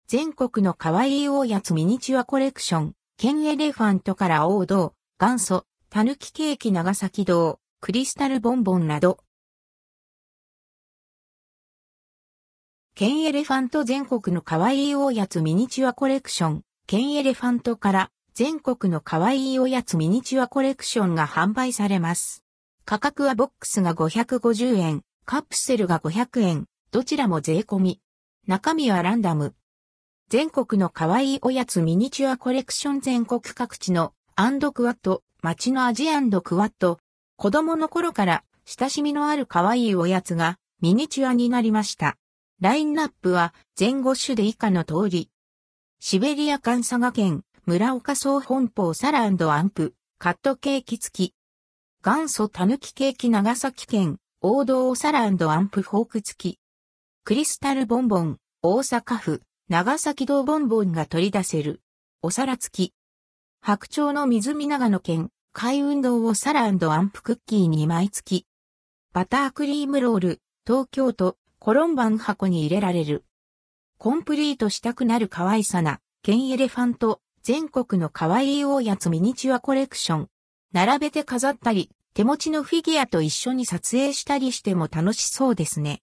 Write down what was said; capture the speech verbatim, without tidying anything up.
全国のかわいいおやつミニチュアコレクション、ケンエレファントから王道、元祖、たぬきケーキ長崎堂、クリスタルボンボンなど。ケンエレファント全国のかわいいおやつミニチュアコレクション、ケンエレファントから全国のかわいいおやつミニチュアコレクションが販売されます。価格はボックスがごひゃくごじゅうえん、カプセルがごひゃくえん、どちらも税込み。中身はランダム。全国のかわいいおやつミニチュアコレクション全国各地のアンドクワッド、街の味&クワッド。子供の頃から親しみのあるかわいいおやつがミニチュアになりました。ラインナップは全ご種で以下の通り。シベリア産佐賀県、村岡総本舗サラ&アンプ、カットケーキ付き。元祖たぬきケーキ長崎県、王道お皿&アンプフォーク付き。クリスタルボンボン、大阪府、長崎堂ボンボンが取り出せる。お皿付き。白鳥の湖長野県、海運動お皿&アンプクッキーにまい付き。バタークリームロール、東京都、コロンバン箱に入れられる。コンプリートしたくなる可愛さな、ケンエレファント、全国の可愛いおやつミニチュアコレクション。並べて飾ったり、手持ちのフィギュアと一緒に撮影したりしても楽しそうですね。